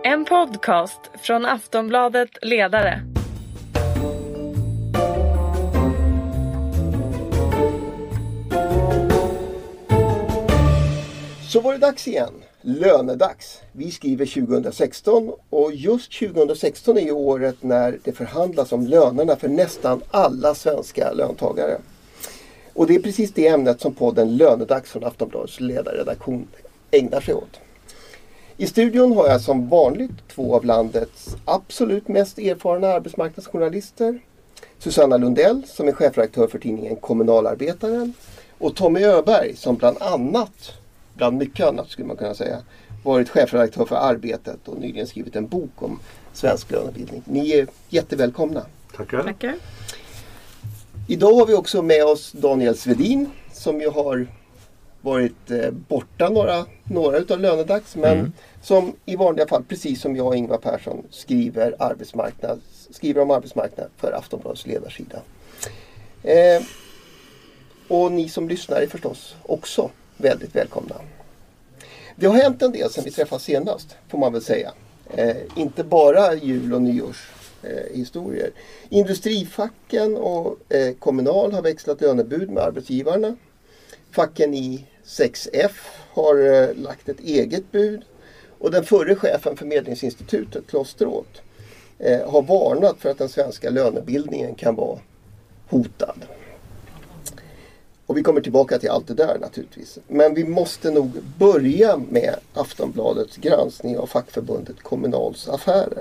En podcast från Aftonbladet Ledare. Så var det dags igen. Lönedags. Vi skriver 2016 och just 2016 är ju året när det förhandlas om lönerna för nästan alla svenska löntagare. Och det är precis det ämnet som podden Lönedags från Aftonbladets ledarredaktion ägnar sig åt. I studion har jag som vanligt två av landets absolut mest erfarna arbetsmarknadsjournalister. Susanna Lundell som är chefredaktör för tidningen Kommunalarbetaren och Tommy Öberg som bland mycket annat skulle man kunna säga, varit chefredaktör för Arbetet och nyligen skrivit en bok om svensk lönebildning. Ni är jättevälkomna. Tackar. Idag har vi också med oss Daniel Svedin som ju har varit borta några utav lönedags men som i vanliga fall, precis som jag och Ingvar Persson, skriver om arbetsmarknad för Aftonbladets ledarsida. Och ni som lyssnar är förstås också väldigt välkomna. Det har hänt en del sedan vi träffades senast, får man väl säga. Inte bara jul- och nyårshistorier. Industrifacken och Kommunal har växlat lönebud med arbetsgivarna. Facken i 6F har lagt ett eget bud. Och den förre chefen för Medlingsinstitutet, Claes Stråth, har varnat för att den svenska lönebildningen kan vara hotad. Och vi kommer tillbaka till allt det där naturligtvis. Men vi måste nog börja med Aftonbladets granskning av fackförbundet Kommunals affärer.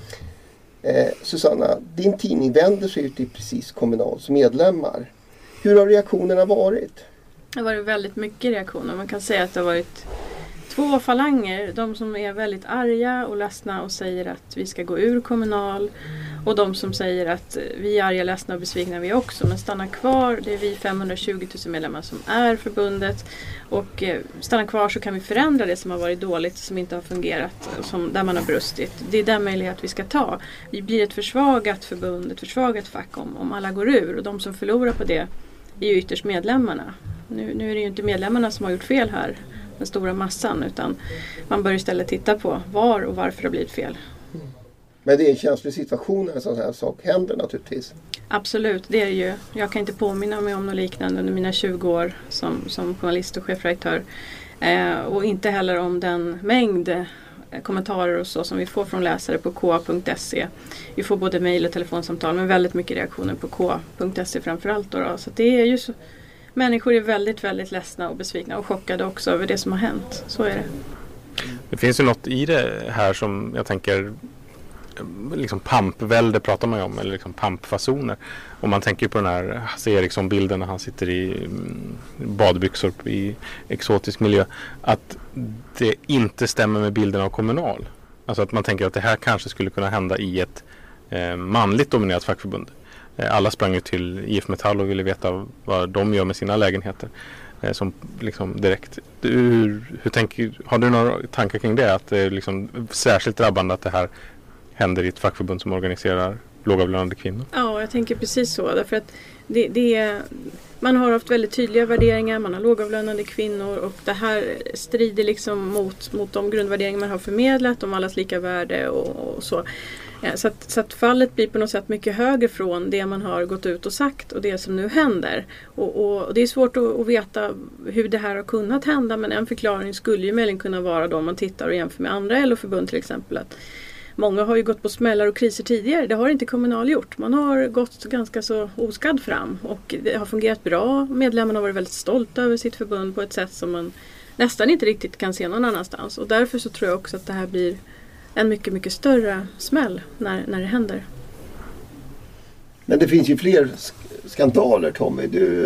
Susanna, din tidning vänder sig ut till precis Kommunals medlemmar. Hur har reaktionerna varit? Det har varit väldigt mycket reaktioner. Man kan säga att det har varit två falanger. De som är väldigt arga och ledsna och säger att vi ska gå ur Kommunal. Och de som säger att vi är arga, ledsna och besvikna vi också. Men stanna kvar, det är vi 520 000 medlemmar som är förbundet. Och stanna kvar så kan vi förändra det som har varit dåligt, som inte har fungerat, där man har brustit. Det är den möjlighet vi ska ta. Vi blir ett försvagat förbund, ett försvagat fack om alla går ur. Och de som förlorar på det är ju ytterst medlemmarna. Nu är det ju inte medlemmarna som har gjort fel här, den stora massan, utan man bör istället titta på var och varför det har blivit fel. Men det är en känslig situation när en sån här sak händer naturligtvis. Absolut, det är det ju. Jag kan inte påminna mig om något liknande under mina 20 år som journalist och chefredaktör. Och inte heller om den mängd kommentarer och så som vi får från läsare på k.se. Vi får både mejl och telefonsamtal, men väldigt mycket reaktioner på k.se framförallt då. Så det är ju så. Människor är väldigt, väldigt ledsna och besvikna och chockade också över det som har hänt. Så är det. Det finns ju något i det här som jag tänker, liksom pampvälde pratar man ju om, eller liksom pampfasoner. Och man tänker på den här Hasse Eriksson-bilden när han sitter i badbyxor i exotisk miljö. Att det inte stämmer med bilden av Kommunal. Alltså att man tänker att det här kanske skulle kunna hända i ett manligt dominerat fackförbund. Alla sprang ju till IF Metall och ville veta vad de gör med sina lägenheter som liksom direkt. Har du några tankar kring det? Att det är liksom särskilt drabbande att det här händer i ett fackförbund som organiserar lågavlönade kvinnor? Ja, jag tänker precis så. Därför att man har haft väldigt tydliga värderingar, man har lågavlönade kvinnor och det här strider liksom mot de grundvärderingar man har förmedlat om allas lika värde och så. Så att fallet blir på något sätt mycket högre från det man har gått ut och sagt och det som nu händer. Och det är svårt att veta hur det här har kunnat hända, men en förklaring skulle ju möjligen kunna vara då om man tittar och jämför med andra LO-förbund till exempel, att många har ju gått på smällar och kriser tidigare. Det har inte Kommunal gjort. Man har gått ganska så oskadd fram och det har fungerat bra. Medlemmarna har varit väldigt stolta över sitt förbund på ett sätt som man nästan inte riktigt kan se någon annanstans. Och därför så tror jag också att det här blir en mycket, mycket större smäll när det händer. Men det finns ju fler skandaler, Tommy.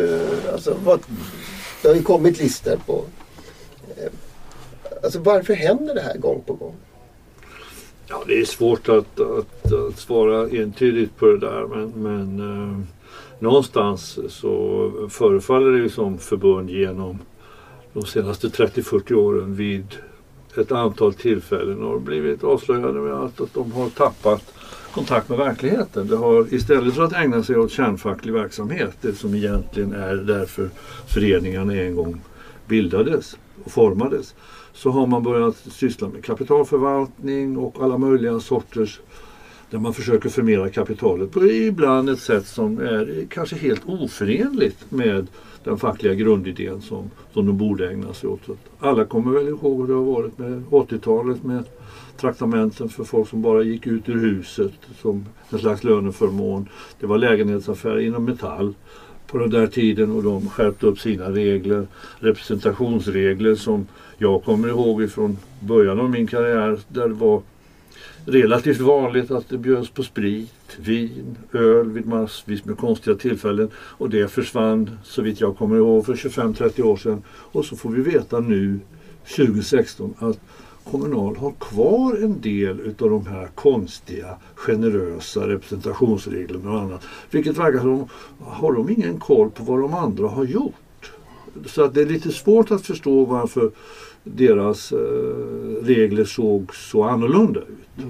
Det har ju kommit listor på. Alltså varför händer det här gång på gång? Ja, det är svårt att svara entydigt på det där. Men någonstans så förefaller det ju som förbund genom de senaste 30-40 åren vid ett antal tillfällen och blivit avslöjade med att de har tappat kontakt med verkligheten. Det har istället för att ägna sig åt kärnfacklig verksamhet, det som egentligen är därför föreningarna en gång bildades, och formades, så har man börjat syssla med kapitalförvaltning och alla möjliga sorters, där man försöker förmera kapitalet på ibland ett sätt som är kanske helt oförenligt med den fackliga grundidén som de borde ägna sig åt. Alla kommer väl ihåg hur det har varit med 80-talet med traktamenten för folk som bara gick ut ur huset som en slags löneförmån. Det var lägenhetsaffärer inom Metall på den där tiden och de skärpte upp sina regler, representationsregler som jag kommer ihåg från början av min karriär, där det var relativt vanligt att det bjöds på sprit, vin, öl vid massvis med konstiga tillfällen, och det försvann så vitt jag kommer ihåg för 25-30 år sedan. Och så får vi veta nu 2016 att Kommunal har kvar en del utav de här konstiga, generösa representationsreglerna och annat. Vilket verkar som har de ingen koll på vad de andra har gjort. Så att det är lite svårt att förstå varför deras regler såg så annorlunda ut.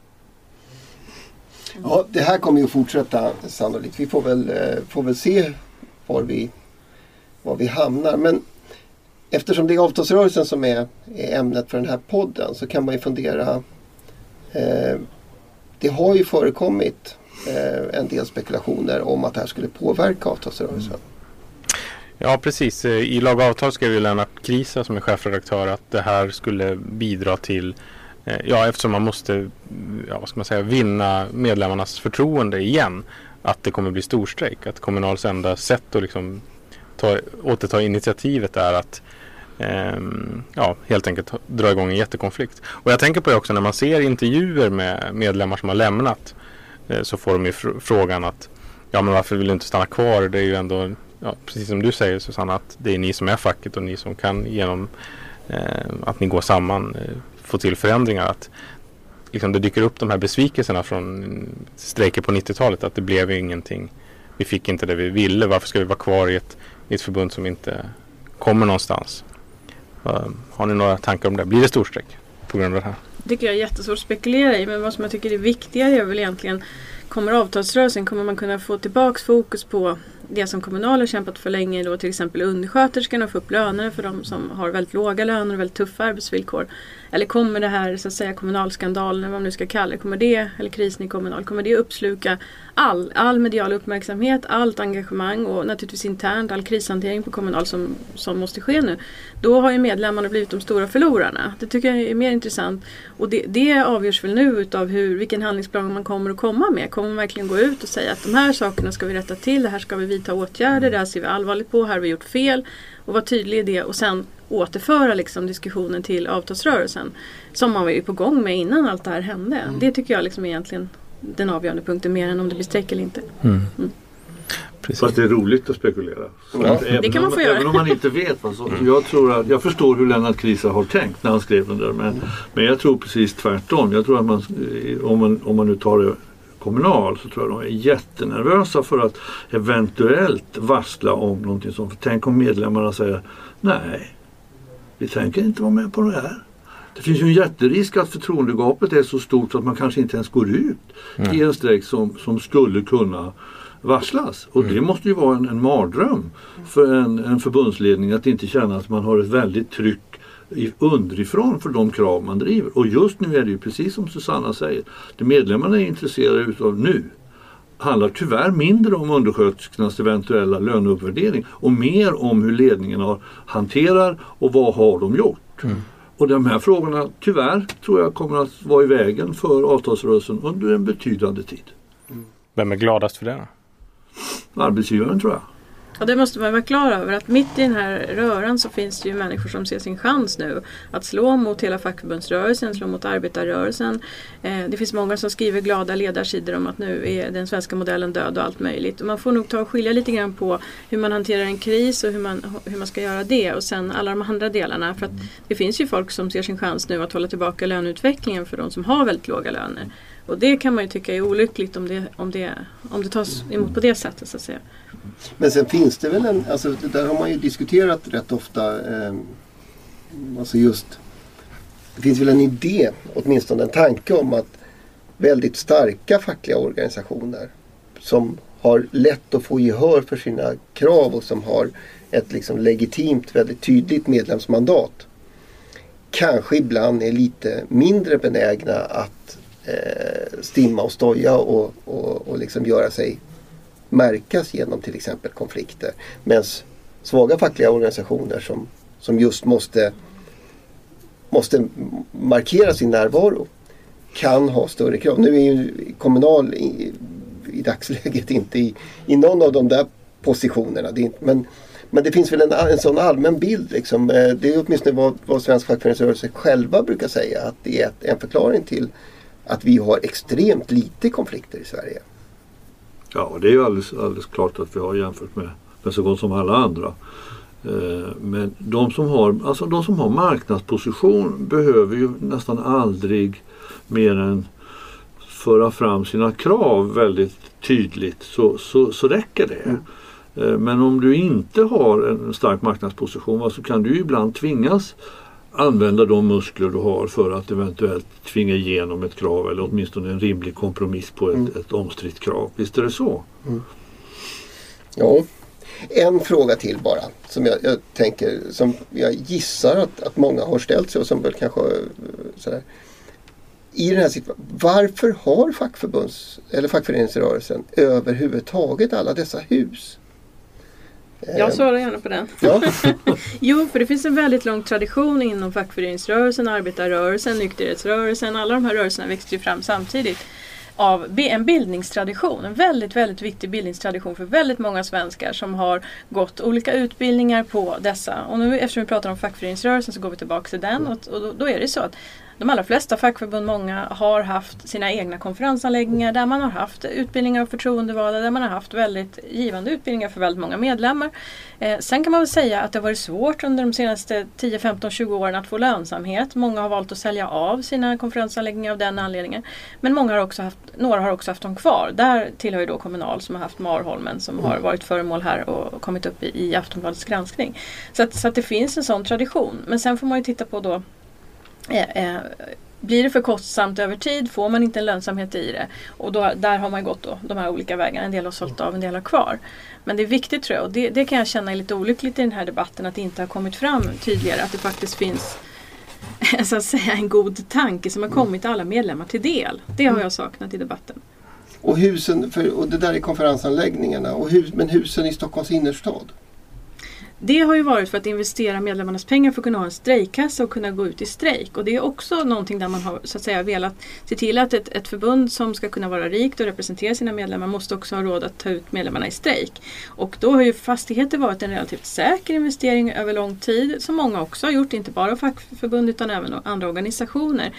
Ja, det här kommer ju att fortsätta sannolikt. Vi får väl se var vi hamnar. Men eftersom det är avtalsrörelsen som är ämnet för den här podden, så kan man ju fundera. Det har ju förekommit en del spekulationer om att det här skulle påverka avtalsrörelsen. Ja, precis. I Lag och avtal skrev ju Lennart Krisa som är chefredaktör att det här skulle bidra till, eftersom man måste vinna medlemmarnas förtroende igen, att det kommer bli storstrejk. Att Kommunals enda sätt att liksom återta initiativet är att helt enkelt dra igång en jättekonflikt. Och jag tänker på det också när man ser intervjuer med medlemmar som har lämnat, så får de ju frågan att men varför vill du inte stanna kvar? Det är ju ändå, precis som du säger Susanna, att det är ni som är facket och ni som kan genom att ni går samman få till förändringar, att liksom det dyker upp de här besvikelserna från strejker på 90-talet, att det blev ingenting, vi fick inte det vi ville, varför ska vi vara kvar i ett förbund som inte kommer någonstans? Har ni några tankar om det? Blir det storstrejk på grund av det här? Det tycker jag är jättesvårt att spekulera i, men vad som jag tycker är viktigare är väl egentligen, kommer avtalsrörelsen, kommer man kunna få tillbaks fokus på det som Kommunal har kämpat för länge, då till exempel undersköterskorna, få upp lönerna för de som har väldigt låga löner och väldigt tuffa arbetsvillkor? Eller kommer det här, så att säga, kommunalskandalen, vad man nu ska kalla det, kommer det, eller krisen i Kommunal, kommer det uppsluka all medial uppmärksamhet, allt engagemang och naturligtvis internt all krishantering på Kommunal som måste ske nu? Då har ju medlemmarna blivit de stora förlorarna. Det tycker jag är mer intressant, och det avgörs väl nu utav vilken handlingsplan man kommer att komma med. Kommer man verkligen gå ut och säga att de här sakerna ska vi rätta till, det här ska vi vidta åtgärder, det här ser vi allvarligt på, här har vi gjort fel, och vara tydlig i det, och sen återföra liksom diskussionen till avtalsrörelsen som man var ju på gång med innan allt det här hände. Det tycker jag liksom egentligen den avgörande punkten, mer än om det blir strejk eller inte. Fast det är roligt att spekulera. Det kan man få göra. Även om man inte vet. Jag förstår hur Lennart Krisa har tänkt när han skrev den där. Men jag tror precis tvärtom. Jag tror att om man nu tar det Kommunal, så tror jag de är jättenervösa för att eventuellt varsla om någonting sånt. För tänk om medlemmarna säger nej, vi tänker inte vara med på det här. Det finns ju en jätterisk att förtroendegapet är så stort att man kanske inte ens går ut i en strejk som skulle kunna varslas. Och det måste ju vara en mardröm för en förbundsledning att inte känna att man har ett väldigt tryck underifrån för de krav man driver. Och just nu är det ju precis som Susanna säger, det medlemmarna är intresserade utav nu handlar tyvärr mindre om undersköterskornas eventuella löneuppvärdering och mer om hur ledningen hanterar och vad har de gjort. Och de här frågorna tyvärr tror jag kommer att vara i vägen för avtalsrörelsen under en betydande tid. Vem är gladast för det då? Arbetsgivaren, tror jag. Ja, det måste man vara klar över, att mitt i den här röran så finns det ju människor som ser sin chans nu att slå mot hela fackförbundsrörelsen, slå mot arbetarrörelsen. Det finns många som skriver glada ledarsidor om att nu är den svenska modellen död och allt möjligt. Och man får nog ta och skilja lite grann på hur man hanterar en kris och hur man ska göra det, och sen alla de andra delarna. För att det finns ju folk som ser sin chans nu att hålla tillbaka löneutvecklingen för de som har väldigt låga löner. Och det kan man ju tycka är olyckligt om det tas emot på det sättet, så att säga. Men sen finns det väl det där har man ju diskuterat rätt ofta, det finns väl en idé, åtminstone en tanke om att väldigt starka fackliga organisationer som har lätt att få gehör för sina krav och som har ett liksom legitimt, väldigt tydligt medlemsmandat kanske ibland är lite mindre benägna att stimma och stoja och liksom göra sig märkas genom till exempel konflikter. Medan svaga fackliga organisationer som just måste markera sin närvaro kan ha större krav. Nu är ju Kommunal i dagsläget inte i någon av de där positionerna. Men det finns väl en sån allmän bild. Liksom. Det är åtminstone vad svensk fackföreningsrörelse själva brukar säga. Att det är en förklaring till att vi har extremt lite konflikter i Sverige. Ja, och det är ju alldeles klart att vi har jämfört med så gott som alla andra. Men de som har marknadsposition behöver ju nästan aldrig mer än föra fram sina krav väldigt tydligt, så räcker det. Men om du inte har en stark marknadsposition så kan du ibland tvingas använda de muskler du har för att eventuellt tvinga igenom ett krav eller åtminstone en rimlig kompromiss på ett omstritt krav. Visst är det så? Ja. En fråga till bara som jag tänker, som jag gissar att många har ställt sig och som väl kanske sådär. I den här situationen, varför har fackföreningsrörelsen överhuvudtaget alla dessa hus? Jag svarar gärna på den. Ja. Jo, för det finns en väldigt lång tradition inom fackföreningsrörelsen, arbetarrörelsen, nykterhetsrörelsen. Alla de här rörelserna växte ju fram samtidigt av en bildningstradition. En väldigt, väldigt viktig bildningstradition för väldigt många svenskar som har gått olika utbildningar på dessa. Och nu eftersom vi pratar om fackföreningsrörelsen så går vi tillbaka till den. Och då är det så att de allra flesta fackförbund, många har haft sina egna konferensanläggningar där man har haft utbildningar av förtroendevalda, där man har haft väldigt givande utbildningar för väldigt många medlemmar. Sen kan man väl säga att det har varit svårt under de senaste 10, 15, 20 åren att få lönsamhet. Många har valt att sälja av sina konferensanläggningar av den anledningen. Men några har också haft dem kvar. Där tillhör ju då Kommunal som har haft Marholmen som har varit föremål här och kommit upp i Aftonbladets granskning. Så att det finns en sån tradition. Men sen får man ju titta på då blir det för kostsamt över tid, får man inte en lönsamhet i det. Och där har man gått då, de här olika vägarna. En del har sålt av, en del har kvar. Men det är viktigt tror jag, och det kan jag känna är lite olyckligt i den här debatten, att det inte har kommit fram tydligare att det faktiskt finns så att säga en god tanke som har kommit alla medlemmar till del. Det har jag saknat i debatten. Och husen, och det där är konferensanläggningarna, men husen i Stockholms innerstad? Det har ju varit för att investera medlemmarnas pengar för att kunna ha en strejkkassa och kunna gå ut i strejk. Och det är också någonting där man har så att säga velat se till att ett förbund som ska kunna vara rikt och representera sina medlemmar måste också ha råd att ta ut medlemmarna i strejk. Och då har ju fastigheter varit en relativt säker investering över lång tid som många också har gjort, inte bara fackförbund utan även andra organisationer.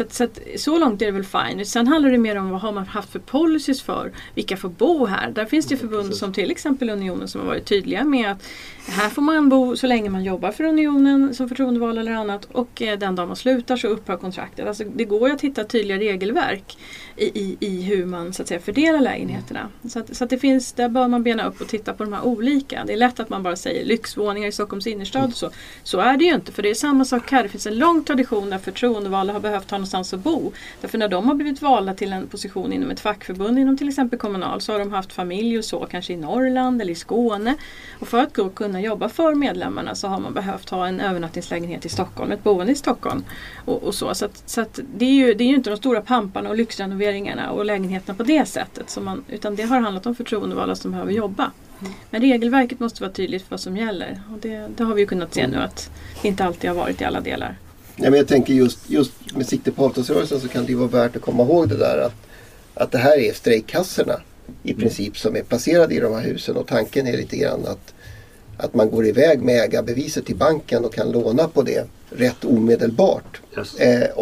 Så långt är det väl fine. Sen handlar det mer om vad har man haft för policies för vilka får bo här. Där finns det förbund som till exempel Unionen som har varit tydliga med att här får man bo så länge man jobbar för Unionen som förtroendevald eller annat, och den dag man slutar så upphör kontraktet. Alltså det går ju att hitta tydliga regelverk i hur man så att säga fördelar lägenheterna. Så att det finns, där bör man bena upp och titta på de här olika. Det är lätt att man bara säger lyxvåningar i Stockholms innerstad. Så är det ju inte, för det är samma sak här. Det finns en lång tradition där förtroendevalda har behövt ha någonstans att bo. Därför när de har blivit valda till en position inom ett fackförbund, inom till exempel Kommunal, så har de haft familj och så, kanske i Norrland eller i Skåne. Och för att kunna jobba för medlemmarna så har man behövt ha en övernattningslägenhet i Stockholm, ett boende i Stockholm och så. Så att det är ju inte de stora pamparna och lyxrenoveringarna och lägenheterna på det sättet utan det har handlat om förtroendevalda som behöver jobba. Men regelverket måste vara tydligt för vad som gäller, och det har vi ju kunnat se nu att det inte alltid har varit i alla delar. Ja, men jag tänker just med sikte på avtalsrörelsen så kan det vara värt att komma ihåg det där att det här är strejkkassorna i princip som är placerade i de här husen, och tanken är lite grann att man går iväg med ägarbeviset till banken och kan låna på det rätt omedelbart. Yes.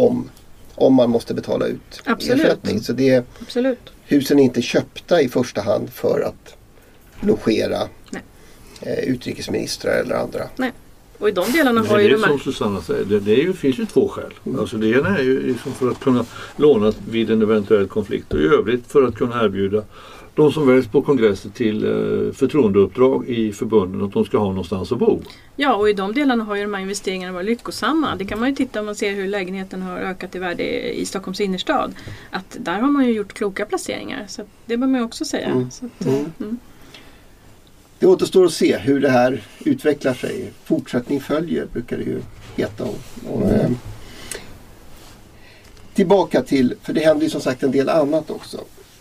Om man måste betala ut ersättning. Så husen är inte köpta i första hand för att logera utrikesministrar eller andra. Nej. Och i de delarna har ju det som Susanna säger, det finns ju två skäl. Alltså det ena är ju liksom för att kunna låna vid en eventuell konflikt, och i övrigt för att kunna erbjuda de som väljs på kongresser till förtroendeuppdrag i förbunden att de ska ha någonstans att bo. Ja, och i de delarna har ju de här investeringarna varit lyckosamma. Det kan man ju titta om man ser hur lägenheten har ökat i värde i Stockholms innerstad. Att där har man ju gjort kloka placeringar. Så det bör man ju också säga. Det återstår att se hur det här utvecklar sig. Fortsättning följer brukar det ju heta. Tillbaka till, för det händer ju som sagt en del annat också.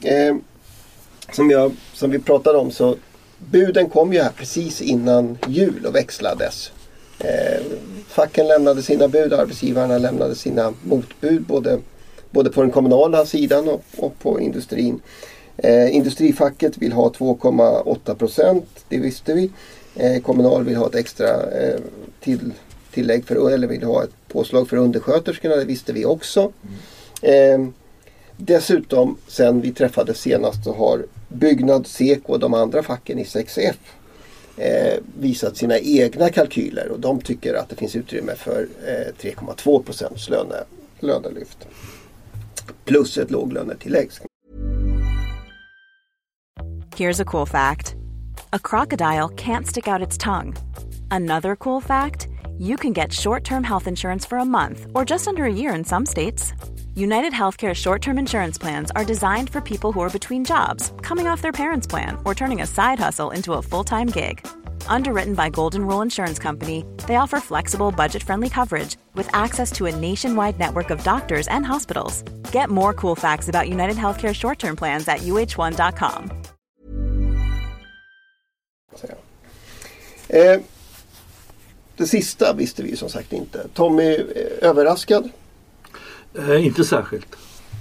Som vi pratade om, så buden kom ju här precis innan jul och växlades. Facken lämnade sina bud, arbetsgivarna lämnade sina motbud både på den kommunala sidan och på industrin. Industrifacket vill ha 2,8%, det visste vi. Kommunal vill ha ett extra tillägg eller vill ha ett påslag för undersköterskorna, det visste vi också. Dessutom, sen vi träffades senast, så har Byggnad, Seko och de andra facken i 6F visat sina egna kalkyler, och de tycker att det finns utrymme för 3,2% lönelyft plus ett låglönetillägg. Here's a cool fact. A crocodile can't stick out its tongue. Another cool fact, you can get short-term health insurance for a month or just under a year in some states. United Healthcare short-term insurance plans are designed for people who are between jobs, coming off their parents' plan, or turning a side hustle into a full-time gig. Underwritten by Golden Rule Insurance Company, they offer flexible, budget-friendly coverage with access to a nationwide network of doctors and hospitals. Get more cool facts about United Healthcare short-term plans at uh1.com. Det sista visste vi som sagt inte. Tommy, överraskad? Inte särskilt.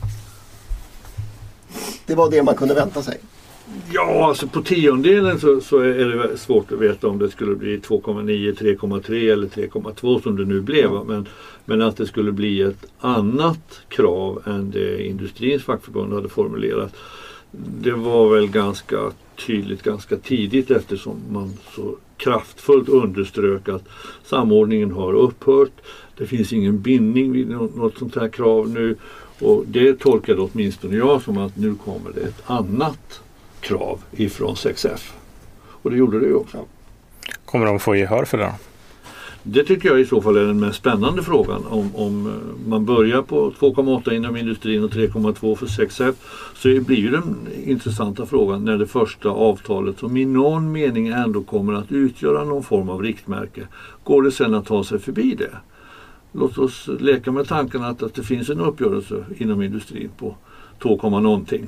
Det var det man kunde vänta sig. Ja, alltså på tiondelen så är det svårt att veta om det skulle bli 2,9, 3,3 eller 3,2 som det nu blev. Men att det skulle bli ett annat krav än det industrins fackförbund hade formulerat. Det var väl ganska tydligt ganska tidigt, eftersom man så kraftfullt underströk att samordningen har upphört. Det finns ingen bindning vid något sånt här krav nu, och det tolkade åtminstone jag som att nu kommer det ett annat krav ifrån 6F. Och det gjorde det ju också. Kommer de få gehör för det då? Det tycker jag i så fall är den mest spännande frågan. Om man börjar på 2,8 inom industrin och 3,2 för 6F, så blir ju den intressanta frågan när det första avtalet, som i någon mening ändå kommer att utgöra någon form av riktmärke, går det sen att ta sig förbi det? Låt oss leka med tanken att det finns en uppgörelse inom industrin på 2, någonting.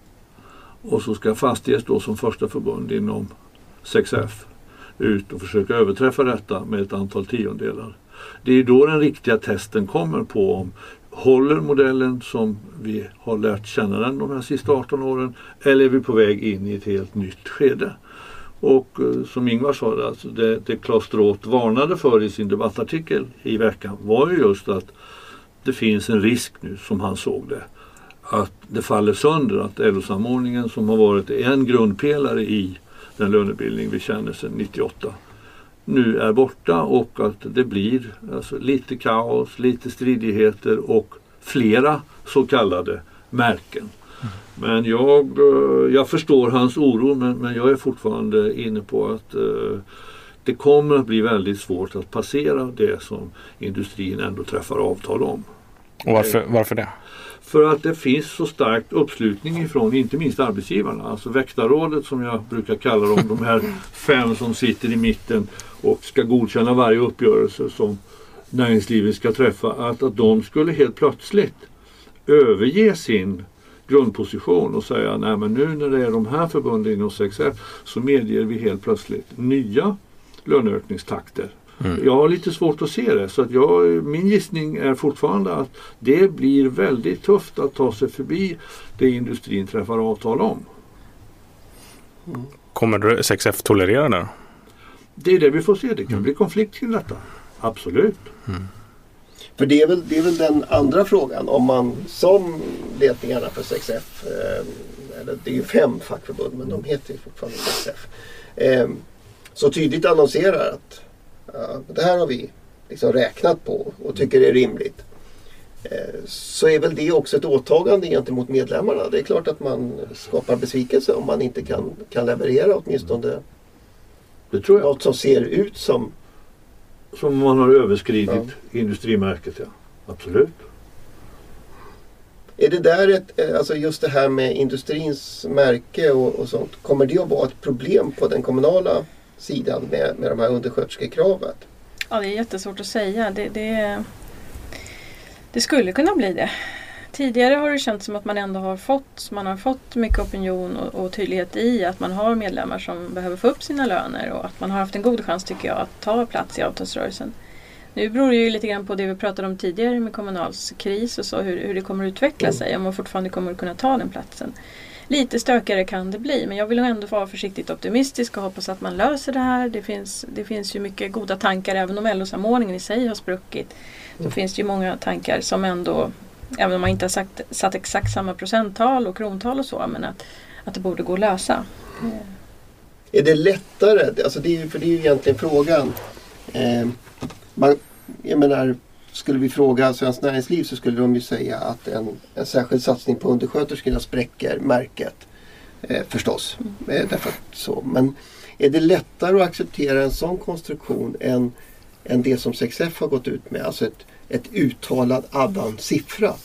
Och så ska Fastighets då som första förbund inom 6F ut och försöka överträffa detta med ett antal tiondelar. Det är då den riktiga testen kommer på om håller modellen som vi har lärt känna den de här sista 18 åren, eller är vi på väg in i ett helt nytt skede. Och som Ingvar sa, alltså det Claes Stråth varnade för i sin debattartikel i veckan var ju just att det finns en risk nu, som han såg det, att det faller sönder, att LO-samordningen som har varit en grundpelare i den lönebildning vi känner sedan 98 nu är borta, och att det blir alltså lite kaos, lite stridigheter och flera så kallade märken. Men jag förstår hans oro, men jag är fortfarande inne på att det kommer att bli väldigt svårt att passera det som industrin ändå träffar avtal om. Och varför det? För att det finns så starkt uppslutning ifrån inte minst arbetsgivarna. Alltså väktarrådet, som jag brukar kalla dem, de här 5 som sitter i mitten och ska godkänna varje uppgörelse som näringslivet ska träffa. Att de skulle helt plötsligt överge sin grundposition och säga, nej men nu när det är de här förbunden inom 6F så medger vi helt plötsligt nya löneökningstakter. Jag har lite svårt att se det, så att min gissning är fortfarande att det blir väldigt tufft att ta sig förbi det industrin träffar avtal om. Kommer 6F tolerera det? Det är det vi får se, det kan bli konflikt kring detta. Absolut. För det är väl den andra frågan, om man som ledningarna för 6F, eller det är ju 5 fackförbund men de heter ju fortfarande 6F, så tydligt annonserar att det här har vi liksom räknat på och tycker det är rimligt, så är väl det också ett åtagande gentemot medlemmarna. Det är klart att man skapar besvikelse om man inte kan leverera åtminstone det tror jag. Något som ser ut som man har överskridit industrimärket, ja. Absolut. Är det där alltså just det här med industrins märke och sånt, kommer det att vara ett problem på den kommunala sidan med de här undersköterskekravet? Ja, det är jättesvårt att säga. Det skulle kunna bli det. Tidigare har det känts som att man ändå har fått mycket opinion och tydlighet i att man har medlemmar som behöver få upp sina löner och att man har haft en god chans, tycker jag, att ta plats i avtalsrörelsen. Nu beror det ju lite grann på det vi pratade om tidigare med Kommunals kris och så, hur det kommer att utveckla sig, om man fortfarande kommer att kunna ta den platsen. Lite stökigare kan det bli, men jag vill ändå vara försiktigt optimistisk och hoppas att man löser det här. Det finns ju mycket goda tankar, även om LO-samordningen i sig har spruckit. Så finns det ju många tankar som ändå, även om man inte har satt exakt samma procenttal och krontal och så, men att det borde gå att lösa. Är det lättare? Alltså det är ju egentligen frågan. Jag menar, skulle vi fråga Svenskt Näringsliv så skulle de ju säga att en särskild satsning på undersköterskorna spräcker märket. Förstås. Därför så. Men är det lättare att acceptera en sån konstruktion än det som 6F har gått ut med? Alltså ett uttalad siffra.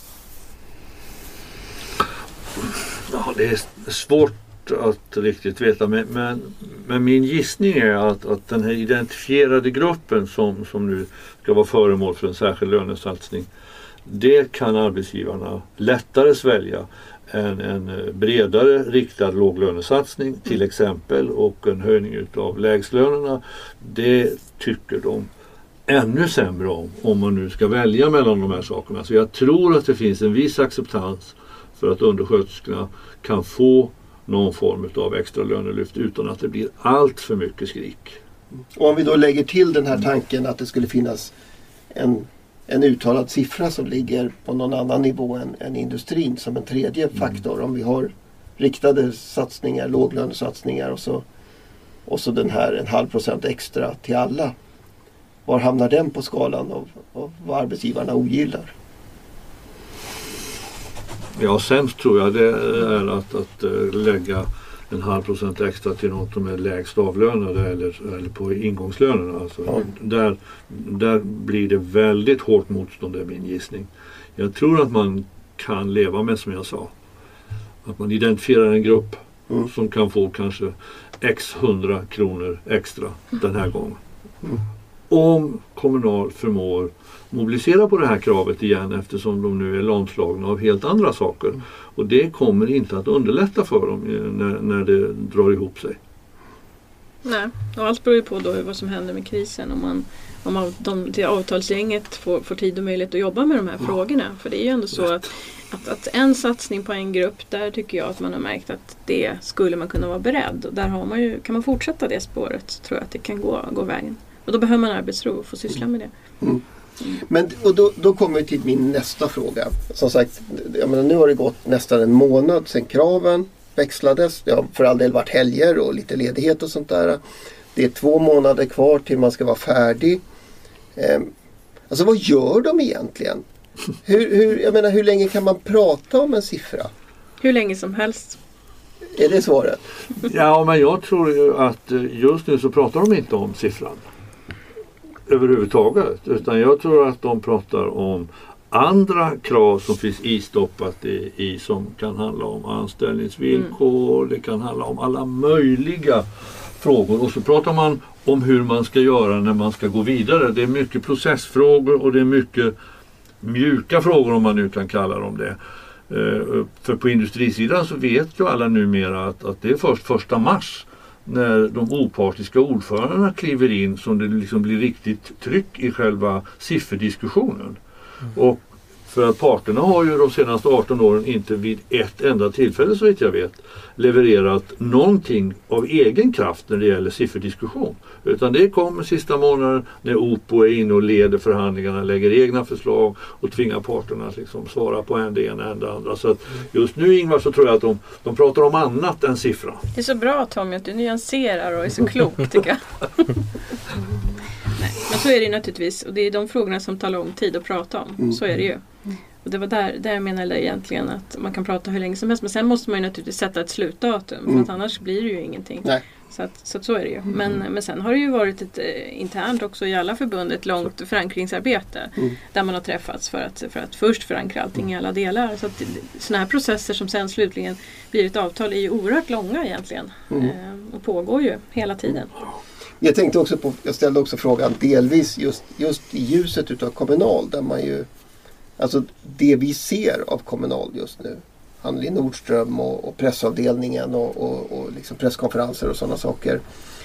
Ja, det är svårt att riktigt veta, men min gissning är att den här identifierade gruppen som nu ska vara föremål för en särskild lönesatsning, det kan arbetsgivarna lättare svälja än en bredare riktad låglönesatsning till exempel, och en höjning av lägslönerna. Det tycker de ännu sämre om man nu ska välja mellan de här sakerna. Så jag tror att det finns en viss acceptans för att undersköterskorna kan få någon form av extra lönelyft utan att det blir allt för mycket skrik. Och om vi då lägger till den här tanken att det skulle finnas en uttalad siffra som ligger på någon annan nivå än industrin som en tredje faktor. Om vi har riktade satsningar, låglönesatsningar och så den här 0,5% extra till alla. Var hamnar den på skalan av vad arbetsgivarna ogillar? Ja, sämst tror jag det är att lägga 0,5% extra till något som är lägst avlönade eller på ingångslönerna. Alltså, där blir det väldigt hårt motstånd, är min gissning. Jag tror att man kan leva med, som jag sa, att man identifierar en grupp som kan få kanske x 100 kronor extra den här gången. Om Kommunal förmår mobilisera på det här kravet igen, eftersom de nu är lamslagna av helt andra saker. Och det kommer inte att underlätta för dem när det drar ihop sig. Nej, och allt beror ju på då vad som händer med krisen. Om det avtalsgänget får tid och möjlighet att jobba med de här frågorna. För det är ju ändå så att en satsning på en grupp, där tycker jag att man har märkt att det skulle man kunna vara beredd. Och där kan man fortsätta det spåret, så tror jag att det kan gå vägen. Och då behöver man arbetsro och få syssla med det. Men då kommer vi till min nästa fråga. Som sagt, jag menar, nu har det gått nästan en månad sedan kraven växlades. Det har för all del varit helger och lite ledighet och sånt där. Det är 2 månader kvar till man ska vara färdig. Alltså vad gör de egentligen? Hur länge kan man prata om en siffra? Hur länge som helst. Är det svaret? Ja, men jag tror ju att just nu så pratar de inte om siffran överhuvudtaget, utan jag tror att de pratar om andra krav som finns istoppat i som kan handla om anställningsvillkor, det kan handla om alla möjliga frågor, och så pratar man om hur man ska göra när man ska gå vidare. Det är mycket processfrågor och det är mycket mjuka frågor, om man nu kan kalla dem det. För på industrisidan så vet ju alla numera att det är först 1 mars när de opartiska ordförandena kliver in som det liksom blir riktigt tryck i själva sifferdiskussionen. Och för att parterna har ju de senaste 18 åren inte vid ett enda tillfälle, så vitt jag vet, levererat någonting av egen kraft när det gäller sifferdiskussion. Utan det kommer sista månaden när OPO är inne och leder förhandlingarna, lägger egna förslag och tvingar parterna att liksom svara på det ena än det andra. Så att just nu, Ingvar, så tror jag att de pratar om annat än siffra. Det är så bra, Tommy, att du nyanserar och är så klok, tycker jag. Nej, men så är det naturligtvis, och det är de frågorna som tar lång tid att prata om. Så är det ju. Och det var där jag menade egentligen att man kan prata hur länge som helst. Men sen måste man ju naturligtvis sätta ett slutdatum. För att annars blir det ju ingenting. Nej. Så är det ju. Men sen har det ju varit ett internt också i alla förbund ett långt förankringsarbete. Där man har träffats för att först förankra allting i alla delar. Så att sådana här processer som sen slutligen blir ett avtal är ju oerhört långa egentligen. Och pågår ju hela tiden. Jag tänkte också jag ställde också frågan delvis just i ljuset utav Kommunal, där man ju, alltså det vi ser av Kommunal just nu, Anneli Nordström och pressavdelningen och liksom presskonferenser och sådana saker.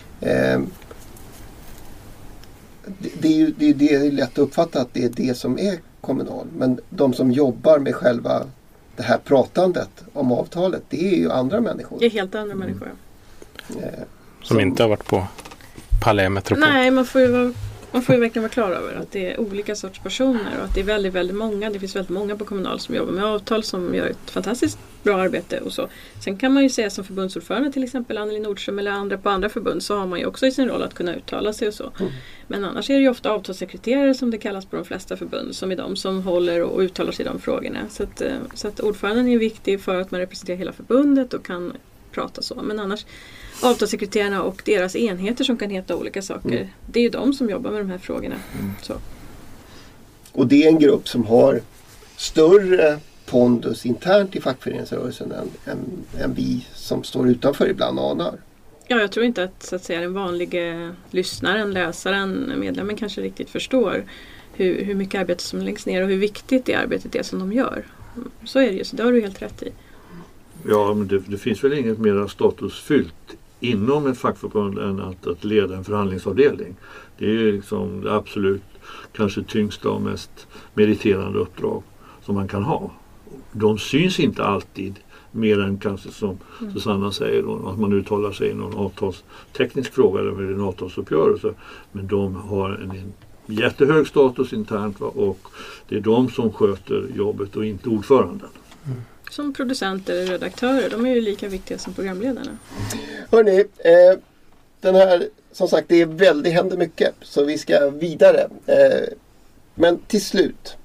Det är lätt att uppfatta att det är det som är Kommunal, men de som jobbar med själva det här pratandet om avtalet, det är ju andra människor. Det är helt andra människor. Som inte har varit på Palais Metropol. Nej, man får ju verkligen vara klar över att det är olika sorts personer och att det är väldigt, väldigt många. Det finns väldigt många på Kommunal som jobbar med avtal som gör ett fantastiskt bra arbete och så. Sen kan man ju säga som förbundsordförande till exempel Anneli Nordström eller andra på andra förbund, så har man ju också i sin roll att kunna uttala sig och så. Men annars är det ju ofta avtalssekreterare som det kallas på de flesta förbund som är de som håller och uttalar sig i de frågorna. Så att ordföranden är viktig för att man representerar hela förbundet och kan prata så. Men annars avtalssekreterarna och deras enheter som kan heta olika saker. Det är ju de som jobbar med de här frågorna. Så. Och det är en grupp som har större pondus internt i fackföreningsrörelsen än vi som står utanför ibland anar. Ja, jag tror inte att, så att säga, den vanliga lyssnaren, läsaren, medlemmen kanske riktigt förstår hur mycket arbete som läggs ner och hur viktigt det arbetet är som de gör. Så är det ju, så det har du helt rätt i. Ja, men det finns väl inget mer statusfyllt inom ett fackförbund än att leda en förhandlingsavdelning. Det är ju liksom det absolut kanske tyngsta och mest meriterande uppdrag som man kan ha. De syns inte alltid mer än kanske som Susanna säger då, att man uttalar sig i någon avtalsteknisk fråga eller en avtalsuppgörelse. Men de har en jättehög status internt och det är de som sköter jobbet och inte ordföranden. Som producenter eller redaktörer, de är ju lika viktiga som programledarna. Hörrni, den här, som sagt, det händer mycket, så vi ska vidare. Men till slut,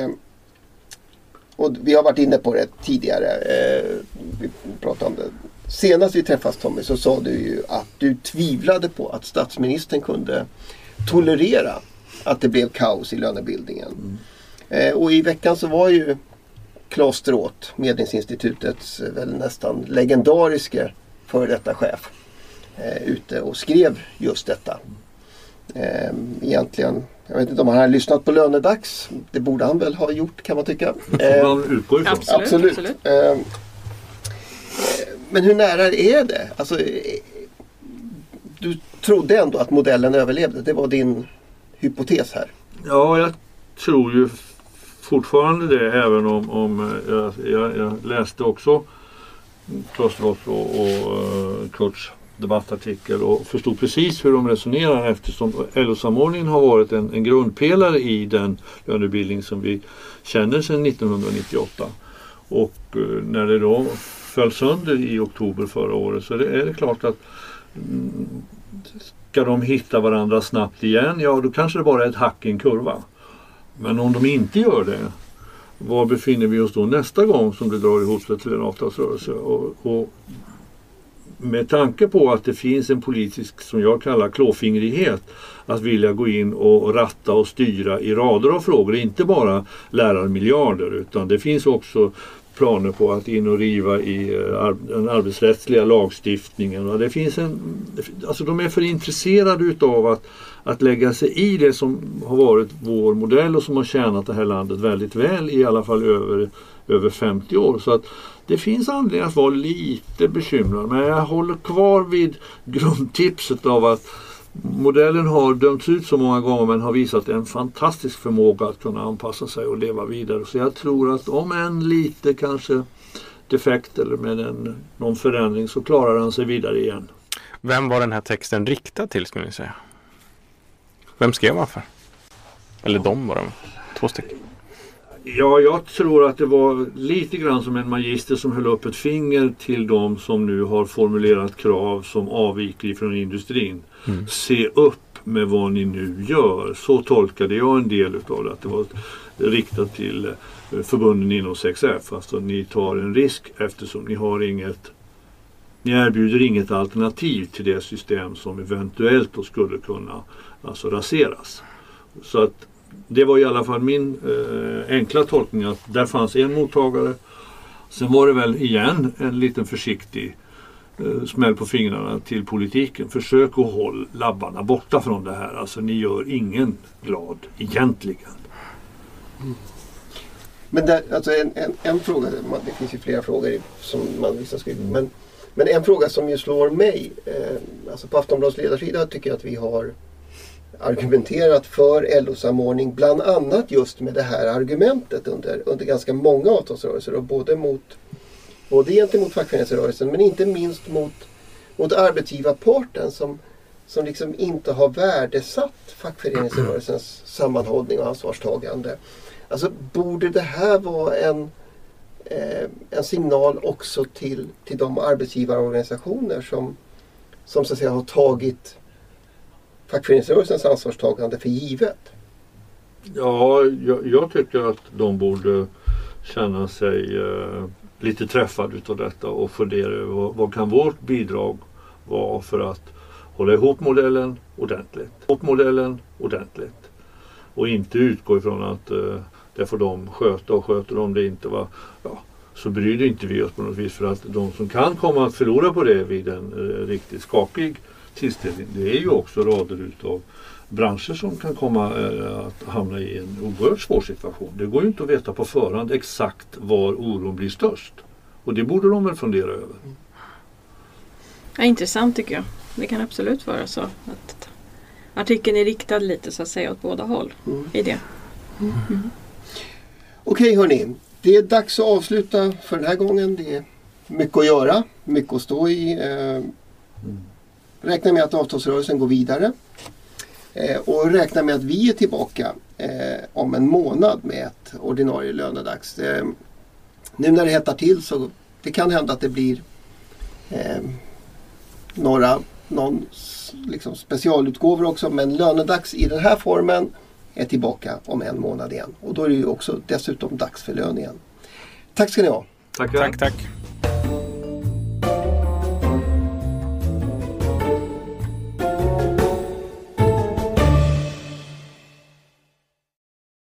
och vi har varit inne på det tidigare, vi pratade om det. Senast vi träffades, Tommy, så sa du ju att du tvivlade på att statsministern kunde tolerera att det blev kaos i lönebildningen. Och i veckan så var ju Claes Stråth, Medlingsinstitutets väl nästan legendariska före detta chef, ute och skrev just detta. Egentligen, jag vet inte om han har lyssnat på Lönedags. Det borde han väl ha gjort, kan man tycka. Absolut. Men hur nära är det? Alltså, du trodde ändå att modellen överlevde. Det var din hypotes här. Ja, jag tror ju fortfarande det, även om jag läste också Claes Stråth och Kurts debattartikel och förstod precis hur de resonerar, eftersom LO-samordningen har varit en grundpelare i den lönebildning som vi känner sedan 1998. Och när det då föll sönder i oktober förra året, så är det klart att ska de hitta varandra snabbt igen, ja då kanske det bara är ett hack i en kurva. Men om de inte gör det, var befinner vi oss då nästa gång som det drar ihop sig till en avtalsrörelse? Och med tanke på att det finns en politisk, som jag kallar, klåfingrighet, att vilja gå in och ratta och styra i rader av frågor, inte bara lärarmiljarder, utan det finns också planer på att in och riva i den arbetsrättsliga lagstiftningen. Och det finns alltså de är för intresserade utav att lägga sig i det som har varit vår modell och som har tjänat det här landet väldigt väl, i alla fall över 50 år. Så att det finns anledning att vara lite bekymrad, men jag håller kvar vid grundtipset av att modellen har dömts ut så många gånger men har visat en fantastisk förmåga att kunna anpassa sig och leva vidare. Så jag tror att om en lite kanske defekt eller med någon förändring, så klarar han sig vidare igen. Vem var den här texten riktad till, skulle ni säga? Vem skrev han för? Eller de var de? 2 stycken. Ja, jag tror att det var lite grann som en magister som höll upp ett finger till de som nu har formulerat krav som avviker från industrin. Se upp med vad ni nu gör. Så tolkade jag en del av det. Att det var riktat till förbunden inom 6F. Alltså ni tar en risk eftersom ni erbjuder inget alternativ till det system som eventuellt då skulle kunna alltså raseras. Så att det var i alla fall min enkla tolkning att där fanns en mottagare. Sen var det väl igen en liten försiktig smäll på fingrarna till politiken. Försök att hålla labbarna borta från det här. Alltså ni gör ingen glad egentligen. Mm. Men där, alltså en fråga, det finns ju flera frågor som man vissa skriver. Men en fråga som ju slår mig, alltså på Aftonbladets ledarsida tycker jag att vi har argumenterat för LO-samordning bland annat just med det här argumentet under ganska många avtalsrörelser och både gentemot fackföreningsrörelsen men inte minst mot arbetsgivarparten som liksom inte har värdesatt fackföreningsrörelsens sammanhållning och ansvarstagande. Alltså borde det här vara en signal också till de arbetsgivarorganisationer som så att säga har tagit fackföreningsrörelsens ansvarstagande för givet? Ja, jag tycker att de borde känna sig lite träffade utav detta och fundera över vad kan vårt bidrag vara för att hålla ihop modellen ordentligt. Och inte utgå ifrån att det får de sköta och sköter de det inte så bryr inte vi oss på något vis, för att de som kan komma att förlora på det vid en riktigt skakig tillställning, det är ju också rader utav branscher som kan komma att hamna i en oerhört svår situation. Det går ju inte att veta på förhand exakt var oron blir störst. Och det borde de väl fundera över. Ja, intressant tycker jag. Det kan absolut vara så att artikeln är riktad lite så att säga åt båda håll i det. Okej hörni, det är dags att avsluta för den här gången. Det är mycket att göra, mycket att stå i. Räkna med att avtalsrörelsen går vidare. Och räkna med att vi är tillbaka om en månad med ett ordinarie lönedags. Nu när det hettar till så det kan hända att det blir någon liksom specialutgåvor också. Men lönedags i den här formen är tillbaka om en månad igen. Och då är det ju också dessutom dags för lön igen. Tack ska ni ha. Tackar. Tack.